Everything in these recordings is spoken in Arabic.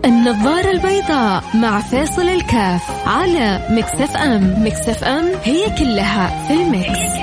النظارة البيضاء مع فاصل الكاف على ميكس اف ام. ميكس اف ام هي كلها في الميكس.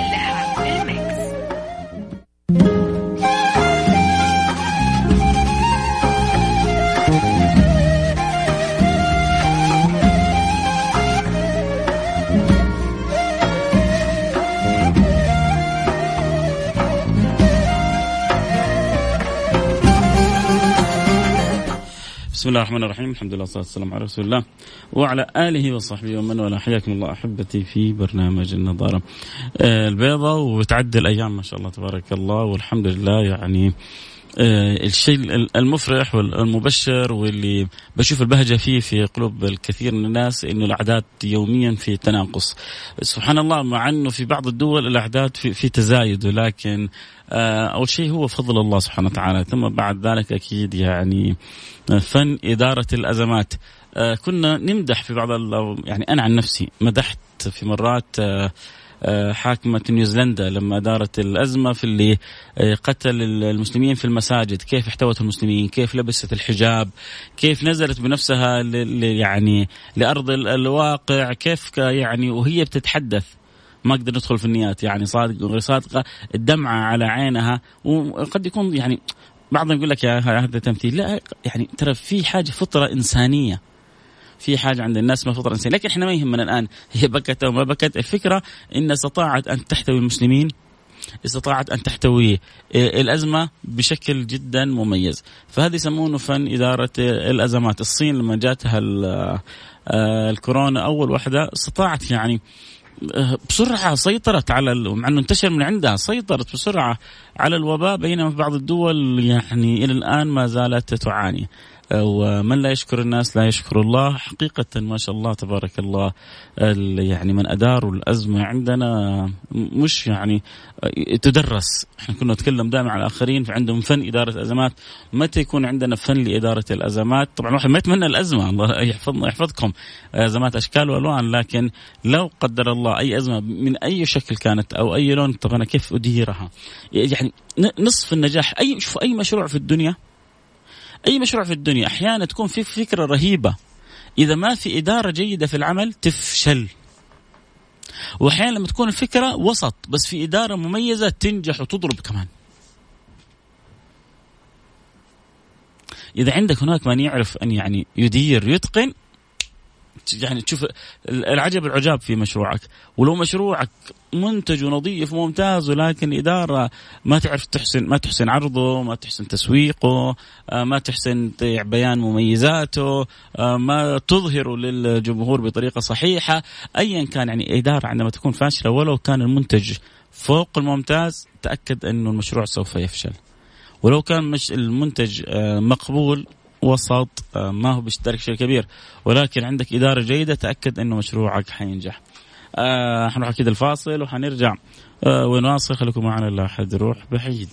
بسم الله الرحمن الرحيم. الحمد لله والصلاة والسلام على رسول الله وعلى آله وصحبه ومن والاه. حياكم الله أحبتي في برنامج النظارة البيضاء. وتعدي الأيام ما شاء الله تبارك الله، والحمد لله. يعني الشيء المفرح والمبشر واللي بشوف البهجة فيه في قلوب الكثير من الناس إنه الأعداد يوميا في تناقص سبحان الله، مع أنه في بعض الدول الأعداد في تزايد، ولكن أول شيء هو فضل الله سبحانه وتعالى، ثم بعد ذلك أكيد يعني فن إدارة الأزمات. كنا نمدح في بعض يعني أنا عن نفسي مدحت في مرات حاكمة نيوزيلندا لما أدارت الأزمة في اللي قتل المسلمين في المساجد، كيف احتوت المسلمين، كيف لبست الحجاب، كيف نزلت بنفسها يعني لأرض الواقع، كيف يعني وهي بتتحدث ما أقدر ندخل في النيات، يعني صادق وغير صادقة، الدمعة على عينها. وقد يكون يعني بعضهم يقول لك يا هذا تمثيل، لا يعني ترى في حاجة فطرة إنسانية، في حاجة عند الناس ما فطرة إنسانية. لكن إحنا ما يهمنا الآن هي بكت أو ما بكت، الفكرة إن استطاعت أن تحتوي المسلمين، استطاعت أن تحتوي الأزمة بشكل جدا مميز. فهذا يسمونه فن إدارة الأزمات. الصين لما جاتها الكورونا أول واحدة استطاعت يعني بسرعة سيطرت على مع أنه انتشر من عندها، سيطرت بسرعة على الوباء، بينما في بعض الدول يعني إلى الآن ما زالت تعاني. ومن لا يشكر الناس لا يشكر الله. حقيقة ما شاء الله تبارك الله، يعني من أداروا الأزمة عندنا مش يعني تدرس. احنا كنا نتكلم دائما على الآخرين فعندهم فن إدارة الأزمات، متى يكون عندنا فن لإدارة الأزمات؟ طبعا واحد ما يتمنى الأزمة، الله يحفظكم، أزمات أشكال وألوان، لكن لو قدر الله أي أزمة من أي شكل كانت أو أي لون، طب أنا كيف أديرها؟ يعني نصف النجاح شوف أي مشروع في الدنيا، أي مشروع في الدنيا أحيانا تكون في فكرة رهيبة، إذا ما في إدارة جيدة في العمل تفشل. وأحيانا لما تكون الفكرة وسط بس في إدارة مميزة تنجح وتضرب كمان. إذا عندك هناك من يعرف أن يعني يدير يتقن، يعني تشوف العجب العجاب في مشروعك. ولو مشروعك منتج ونظيف وممتاز ولكن إدارة ما تعرف ما تحسن عرضه، ما تحسن تسويقه، ما تحسن بيان مميزاته، ما تظهره للجمهور بطريقة صحيحة، أيا كان يعني إدارة عندما تكون فاشلة ولو كان المنتج فوق الممتاز تأكد أنه المشروع سوف يفشل. ولو كان المنتج مقبول وسط ما هو بيشترك شيء كبير، ولكن عندك إدارة جيدة تأكد أنه مشروعك حينجح. حنروح أكيد الفاصل وحنرجع ونواصل. خليكم معنا لا أحد يروح بعيد.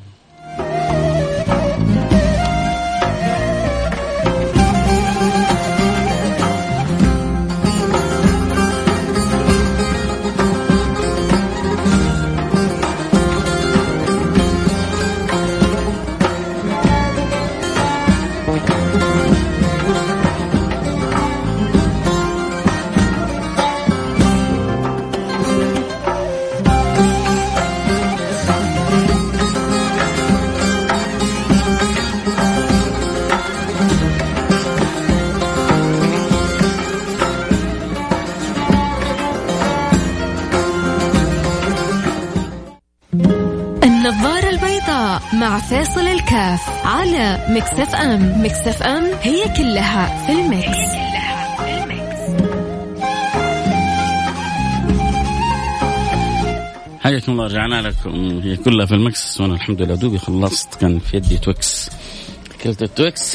النظارة البيضاء مع فاصل الكاف على ميكس اف ام. ميكس اف ام هي كلها في الميكس. حياكم الله، رجعنا لكم. هي كلها في الميكس، وانا الحمد لله دوبي خلصت، كان في يدي تويكس، اكلت التويكس.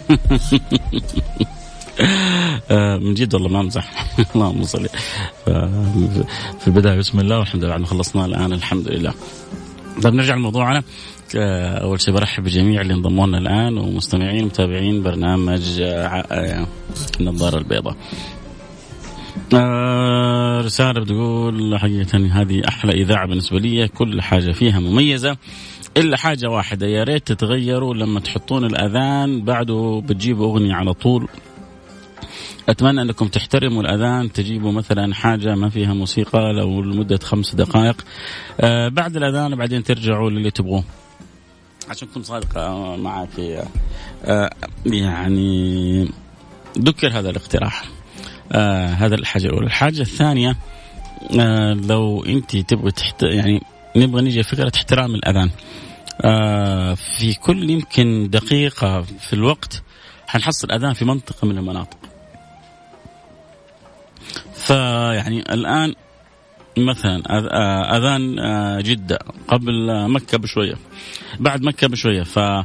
من جد والله ما امزح. اللهم صل في البداية بسم الله والحمد لله خلصنا الآن الحمد لله. طيب نرجع لموضوعنا. أول شيء برحب بجميع اللي انضموا لنا الآن ومستمعين متابعين برنامج النظارة البيضاء. رسالة بتقول حقيقة هذه أحلى إذاعة بالنسبة لي، كل حاجة فيها مميزة، إلا حاجة واحدة يا ريت تتغيروا لما تحطون الأذان بعده بتجيبوا أغنية على طول. أتمنى أنكم تحترموا الأذان، تجيبوا مثلا حاجة ما فيها موسيقى لو لمدة 5 دقائق بعد الأذان، بعدين ترجعوا للي تبغوه. عشان كنت صادق معك يعني ذكر هذا الاقتراح. هذا الحاجة الأولى. الحاجة الثانية لو أنت تبغي يعني نبغى نيجي فكرة احترام الأذان. في كل يمكن دقيقة في الوقت حنحصل أذان في منطقة من المناطق. فيعني الآن مثلا أذان جدة قبل مكة بشوية، بعد مكة بشوية،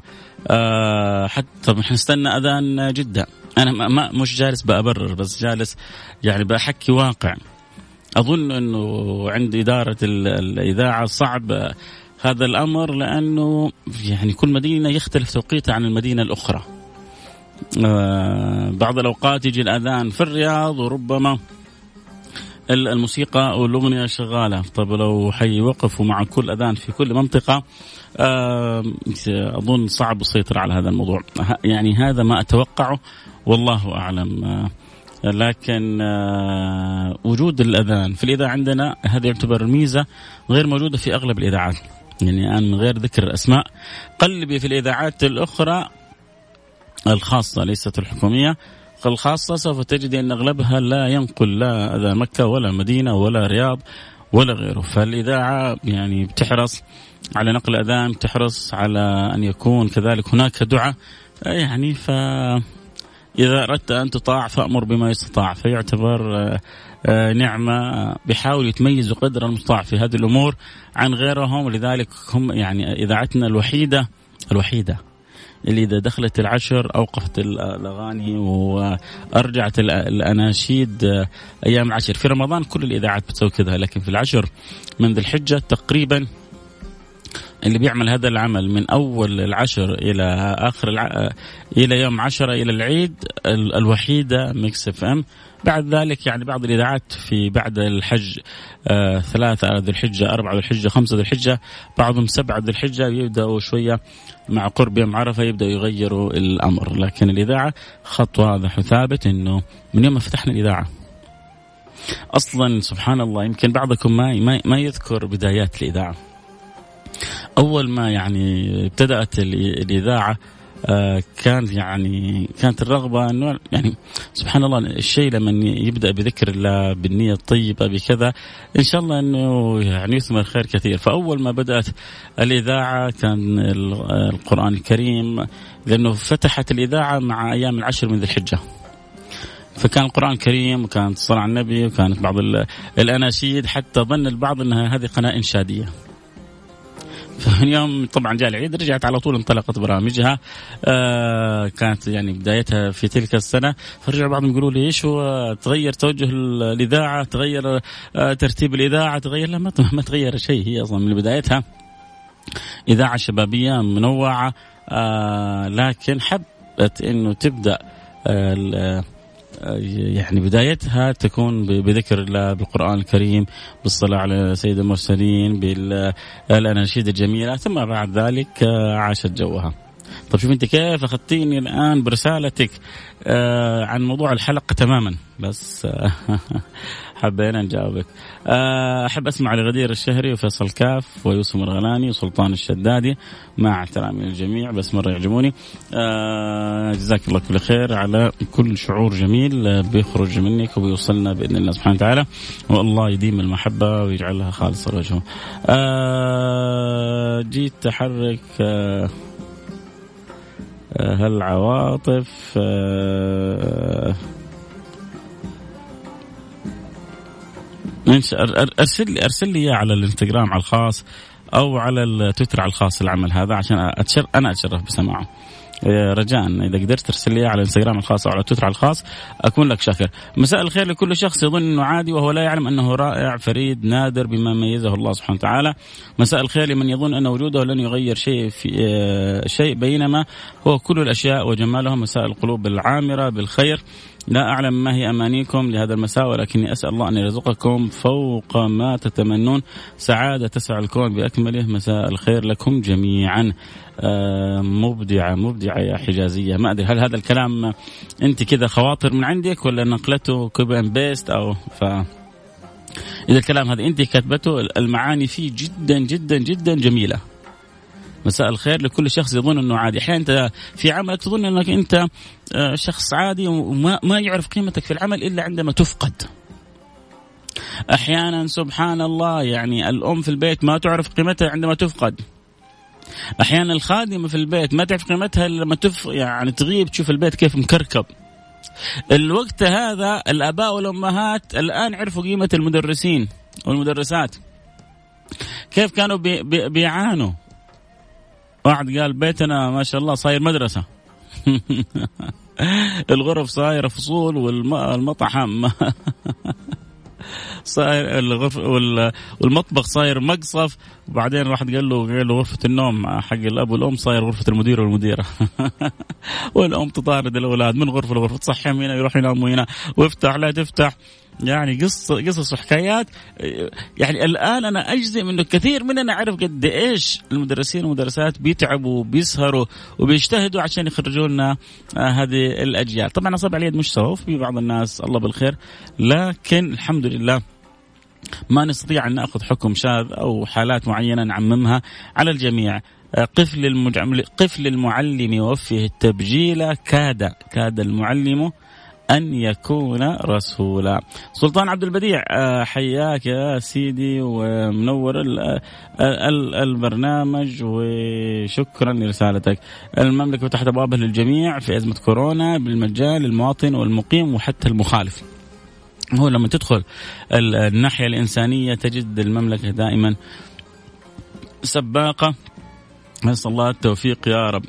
حتى نستنى أذان جدة. أنا ما مش جالس بأبرر، بس جالس يعني بحكي واقع. أظن أنه عند إدارة الإذاعة صعب هذا الأمر، لأنه يعني كل مدينة يختلف توقيتها عن المدينة الأخرى. بعض الأوقات يجي الأذان في الرياض وربما الموسيقى والأغنية شغالة. طب لو حيوقفوا مع كل أذان في كل منطقة أظن صعب السيطرة على هذا الموضوع. يعني هذا ما أتوقعه والله أعلم. لكن وجود الأذان في الإذاعة عندنا هذا يعتبر ميزة غير موجودة في أغلب الإذاعات. يعني أنا من غير ذكر الأسماء، قلبي في الإذاعات الأخرى الخاصة ليست الحكومية، الخاصة سوف تجد أن أغلبها لا ينقل لا أذان مكة ولا مدينة ولا رياض ولا غيره. فالإذاعة يعني بتحرص على نقل أذان، بتحرص على أن يكون كذلك هناك دعاء. يعني إذا أردت أن تطاع فأمر بما يستطاع. فيعتبر نعمة. بيحاولوا يتميزوا قدر المستطاع في هذه الأمور عن غيرهم. ولذلك هم يعني إذاعتنا الوحيدة اللي إذا دخلت العشر أوقفت الأغاني وأرجعت الأناشيد أيام العشر. في رمضان كل الإذاعات بتسوي كذا، لكن في العشر من ذي الحجة تقريبا اللي بيعمل هذا العمل من أول العشر إلى آخر إلى يوم 10 إلى العيد الوحيدة ميكس اف ام. بعد ذلك يعني بعض الإذاعات في بعد الحج 3 ذي الحجة، 4 ذي الحجة، 5 ذي الحجة، بعضهم 7 ذي الحجة، يبدأوا شوية مع قرب يوم عرفة يبدأوا يغيروا الأمر. لكن الإذاعة خط واضح وثابت إنه من يوم ما فتحنا الإذاعة أصلا سبحان الله يمكن بعضكم ما يذكر بدايات الإذاعة. أول ما يعني ابتدأت الإذاعة كانت الرغبة أنه يعني سبحان الله الشيء لما يبدأ بذكر الله بالنية الطيبة بكذا إن شاء الله أنه يعني يثمر خير كثير. فأول ما بدأت الإذاعة كان القرآن الكريم، لأنه فتحت الإذاعة مع أيام العشر من ذي الحجة، فكان القرآن الكريم وكانت الصلاة على النبي وكانت بعض الأناشيد، حتى ظن البعض أنها هذه قناة إنشادية. فمن يوم طبعا جاء العيد رجعت على طول انطلقت برامجها. كانت يعني بدايتها في تلك السنة. فرجع بعضهم يقولوا لي ايش هو تغير توجه الإذاعة، تغير ترتيب الإذاعة، تغير؟ لا ما تغير شيء. هي أصلا من بدايتها إذاعة شبابية منوعة، لكن حبت إنه تبدأ يعني بدايتها تكون بذكر الله، بالقرآن الكريم، بالصلاة على سيد المرسلين، بالأناشيد الجميلة، ثم بعد ذلك عاشت جوها. طب شوف أنت كيف أخذتيني الآن برسالتك عن موضوع الحلقة تماما، بس حبينا نجاوبك. أحب أسمع لغدير الشهري وفيصل كاف ويوسف مرغلاني وسلطان الشدادي، مع احترامي للجميع بس مرة يعجبوني. جزاك الله كل خير على كل شعور جميل بيخرج منك وبيوصلنا بإذن الله سبحانه وتعالى، والله يديم المحبة ويجعلها خالصة لوجهه. جيت تحرك هالعواطف ارسل لي على الانستغرام على الخاص او على التويتر على الخاص العمل هذا، عشان انا اتشرف بسماعه. رجاء إذا قدرت ترسل لي على الانستغرام الخاص أو على تويتر الخاص أكون لك شاكر. مساء الخير لكل شخص يظن أنه عادي وهو لا يعلم أنه رائع فريد نادر بما ميزه الله سبحانه وتعالى. مساء الخير لمن يظن أن وجوده لن يغير شيء في شيء بينما هو كل الأشياء وجمالها. مساء القلوب العامرة بالخير. لا أعلم ما هي أمانيكم لهذا المساء ولكني أسأل الله أن يرزقكم فوق ما تتمنون سعادة تسع الكون بأكمله. مساء الخير لكم جميعا. مبدعة يا حجازية. ما أدري هل هذا الكلام أنت كذا خواطر من عندك ولا نقلته كوبي أند بيست إذا الكلام هذا أنت كتبته المعاني فيه جدا جدا جدا جميلة. مساء الخير لكل شخص يظن أنه عادي. أحيانا أنت في عملك تظن أنك أنت شخص عادي وما يعرف قيمتك في العمل إلا عندما تفقد. أحيانا سبحان الله يعني الأم في البيت ما تعرف قيمتها عندما تفقد. أحيانا الخادمة في البيت ما تعرف قيمتها لما يعني تغيب تشوف البيت كيف مكركب. الوقت هذا الآباء والأمهات الآن عرفوا قيمة المدرسين والمدرسات كيف كانوا بيعانوا. واحد قال بيتنا ما شاء الله صاير مدرسة الغرف صايرة فصول والمطعم صاير الغرف والمطبخ صاير مقصف. وبعدين واحد قال له غرفة النوم حق الأب والأم صاير غرفة المدير والمديرة والأم تطارد الأولاد من غرفة لغرفة تصحيهم هنا يروح يناموا هنا وافتح لا تفتح. يعني قصص وحكايات. يعني الآن أنا أجزم إنه كثير مننا عرف قد إيش المدرسين والمدرسات بيتعبوا وبيسهروا وبيجتهدوا عشان يخرجوا لنا هذه الأجيال. طبعا أصاب على اليد مش سوا في بعض الناس الله بالخير لكن الحمد لله ما نستطيع أن نأخذ حكم شاذ أو حالات معينة نعممها على الجميع. قفل المعلم وفيه التبجيل كاد المعلم أن يكون رسولا. سلطان عبد البديع حياك يا سيدي ومنور البرنامج وشكرا لرسالتك. المملكة فتحت أبوابها للجميع في أزمة كورونا بالمجال للمواطن والمقيم وحتى المخالف. هو لما تدخل الناحية الإنسانية تجد المملكة دائما سباقة. نسأل الله التوفيق يا رب.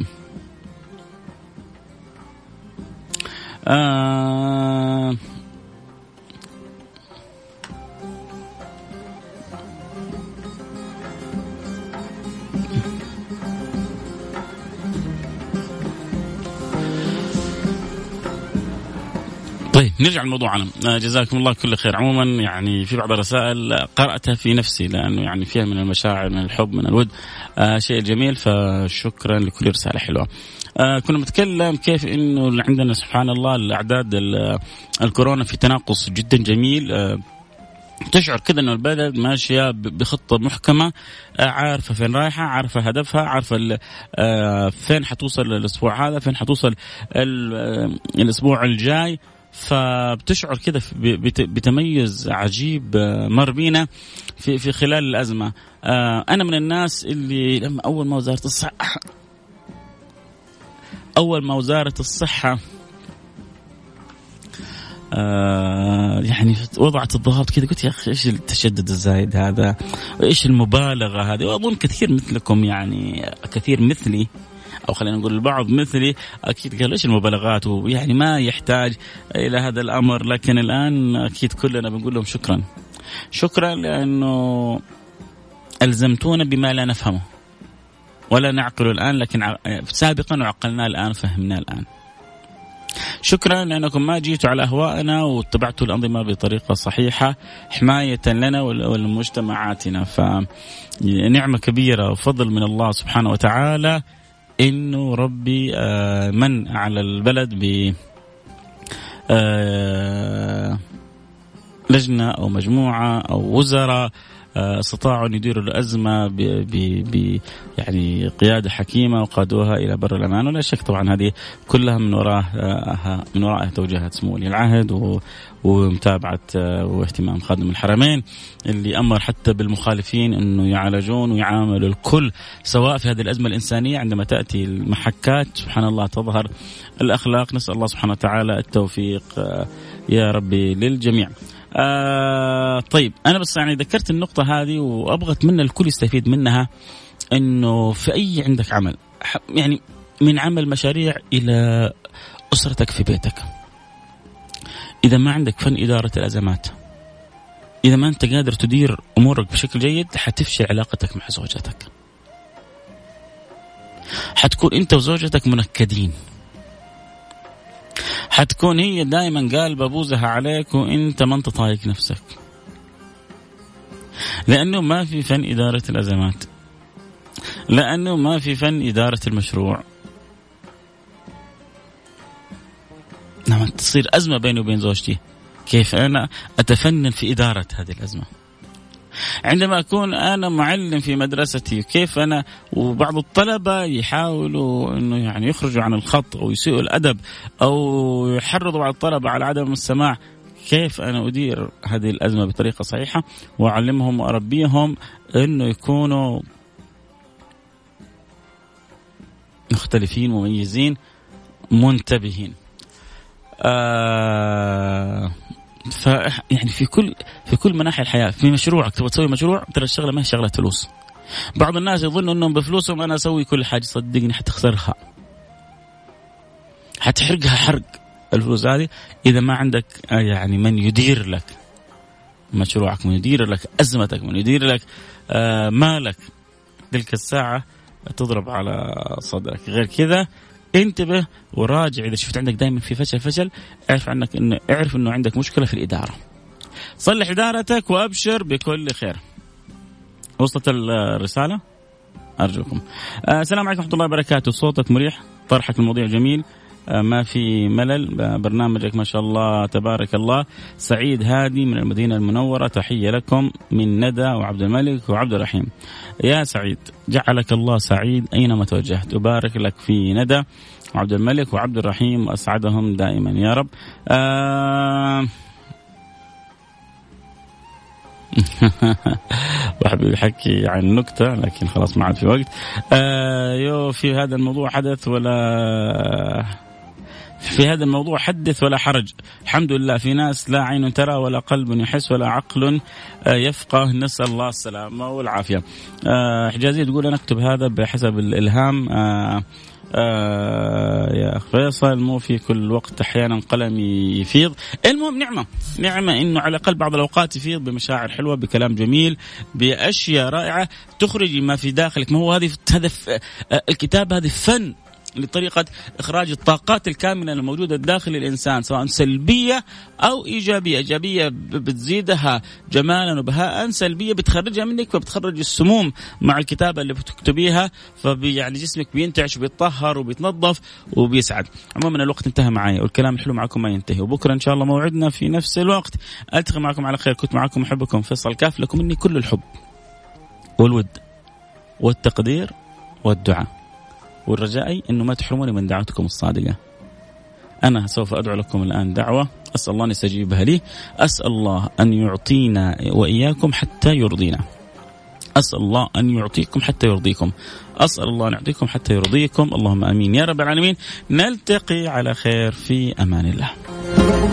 طيب نرجع لموضوعنا. جزاكم الله كل خير. عموما يعني في بعض الرسائل قرأتها في نفسي لأنه يعني فيها من المشاعر من الحب من الود شيء جميل فشكرا لكل رسالة حلوة. كنا نتكلم كيف إنه عندنا سبحان الله الأعداد الكورونا في تناقص جدا جميل. تشعر كذا إنه البلد ماشية بخطة محكمة عارفة فين رايحة عارفة هدفها عارفة فين حتوصل الأسبوع هذا فين حتوصل الأسبوع الجاي. فبتشعر كده بتميز عجيب مر بينا في خلال الأزمة. أنا من الناس اللي لما أول ما وزارة الصحة يعني وضعت الضغط كده قلت يا أخي إيش التشدد الزايد هذا وإيش المبالغة هذه. وأظن كثير مثلكم يعني كثير مثلي أو خلينا نقول البعض مثلي أكيد قال إيش المبالغات ويعني ما يحتاج إلى هذا الأمر. لكن الآن أكيد كلنا بنقول لهم شكرا لأنه ألزمتونا بما لا نفهمه ولا نعقله الآن لكن سابقا وعقلنا الآن فهمنا الآن. شكرا لأنكم ما جيتوا على أهوائنا واتبعتوا الأنظمة بطريقة صحيحة حماية لنا ولمجتمعاتنا. فنعمة كبيرة وفضل من الله سبحانه وتعالى إنه ربي من على البلد بلجنة أو مجموعة أو وزراء استطاعوا أن يديروا الأزمة يعني قيادة حكيمة وقادوها إلى بر الأمان. ولا شك طبعا هذه كلها من وراء توجيهات سمو ولي العهد ومتابعة واهتمام خادم الحرمين اللي أمر حتى بالمخالفين أنه يعالجون ويعاملوا الكل سواء في هذه الأزمة الإنسانية عندما تأتي المحكات سبحان الله تظهر الأخلاق. نسأل الله سبحانه وتعالى التوفيق يا ربي للجميع. طيب أنا بس يعني ذكرت النقطة هذه وأبغى أتمنى الكل يستفيد منها إنه في أي عندك عمل يعني من عمل مشاريع إلى أسرتك في بيتك. إذا ما عندك فن إدارة الأزمات، إذا ما أنت قادر تدير أمورك بشكل جيد، حتفشل علاقتك مع زوجتك، حتكون أنت وزوجتك منكدين، حتكون هي دائما قالبة بوزها عليك وأنت ما أنت طايق نفسك، لأنه ما في فن إدارة الأزمات، لأنه ما في فن إدارة المشروع. لما تصير أزمة بيني وبين زوجتي، كيف أنا أتفنن في إدارة هذه الأزمة؟ عندما أكون أنا معلم في مدرستي، كيف أنا وبعض الطلبة يحاولوا أنه يعني يخرجوا عن الخط أو يسيئوا الأدب أو يحرضوا بعض الطلبة على عدم السماع، كيف أنا أدير هذه الأزمة بطريقة صحيحة وأعلمهم وأربيهم أنه يكونوا مختلفين، مميزين، منتبهين. يعني في كل مناحي الحياة. في مشروعك تبغى تسوي مشروع، ترى الشغلة ما هي شغلة فلوس. بعض الناس يظنوا أنهم بفلوسهم أنا أسوي كل حاجة، صدقني حتخسرها، حتحرقها حرق الفلوس هذه إذا ما عندك يعني من يدير لك مشروعك، من يدير لك أزمتك، من يدير لك مالك. تلك الساعة تضرب على صدرك. غير كذا انتبه وراجع. إذا شفت عندك دائما في فشل، اعرف إنه عندك مشكلة في الإدارة. صلح إدارتك وأبشر بكل خير. وصلت الرسالة أرجوكم. السلام عليكم ورحمة الله وبركاته. صوتك مريح، طرحك الموضوع جميل، ما في ملل، برنامجك ما شاء الله تبارك الله. سعيد هادي من المدينة المنورة، تحية لكم من ندى وعبد الملك وعبد الرحيم. يا سعيد جعلك الله سعيد أينما توجهت، وبارك لك في ندى وعبد الملك وعبد الرحيم وأسعدهم دائما يا رب. واحد يحكي عن نكتة لكن خلاص ما عاد في وقت. في هذا الموضوع حدث ولا في هذا الموضوع حدث ولا حرج. الحمد لله في ناس لا عين ترى ولا قلب يحس ولا عقل يفقه، نسأل الله السلامة والعافية. حجازية تقول أنا أكتب هذا بحسب الإلهام. يا أخ فيصل مو في كل وقت، أحيانا قلمي يفيض. المهم نعمة إنه على الأقل بعض الأوقات يفيض بمشاعر حلوة، بكلام جميل، بأشياء رائعة تخرج ما في داخلك. ما هو هدف الكتاب، هذه فن لطريقة إخراج الطاقات الكامنة الموجودة داخل الإنسان، سواء سلبية أو إيجابية. إيجابية بتزيدها جمالا وبهاء، سلبية بتخرجها منك فبتخرج السموم مع الكتابة اللي بتكتبيها، يعني جسمك بينتعش وبيتطهر وبيتنظف وبيسعد. عموما الوقت انتهى معايا والكلام الحلو معكم ما ينتهي، وبكرة إن شاء الله موعدنا في نفس الوقت. ألتقي معكم على خير. كنت معكم أحبكم فيصل كاف، لكم مني كل الحب والود والتقدير والدعاء، والرجائي أنه ما تحرموني من دعوتكم الصادقة. أنا سوف أدعو لكم الآن دعوة أسأل الله أن يستجيبها لي. أسأل الله أن يعطينا وإياكم حتى يرضينا. أسأل الله أن يعطيكم حتى يرضيكم. أسأل الله أن يعطيكم حتى يرضيكم. اللهم آمين يا رب العالمين. نلتقي على خير في أمان الله.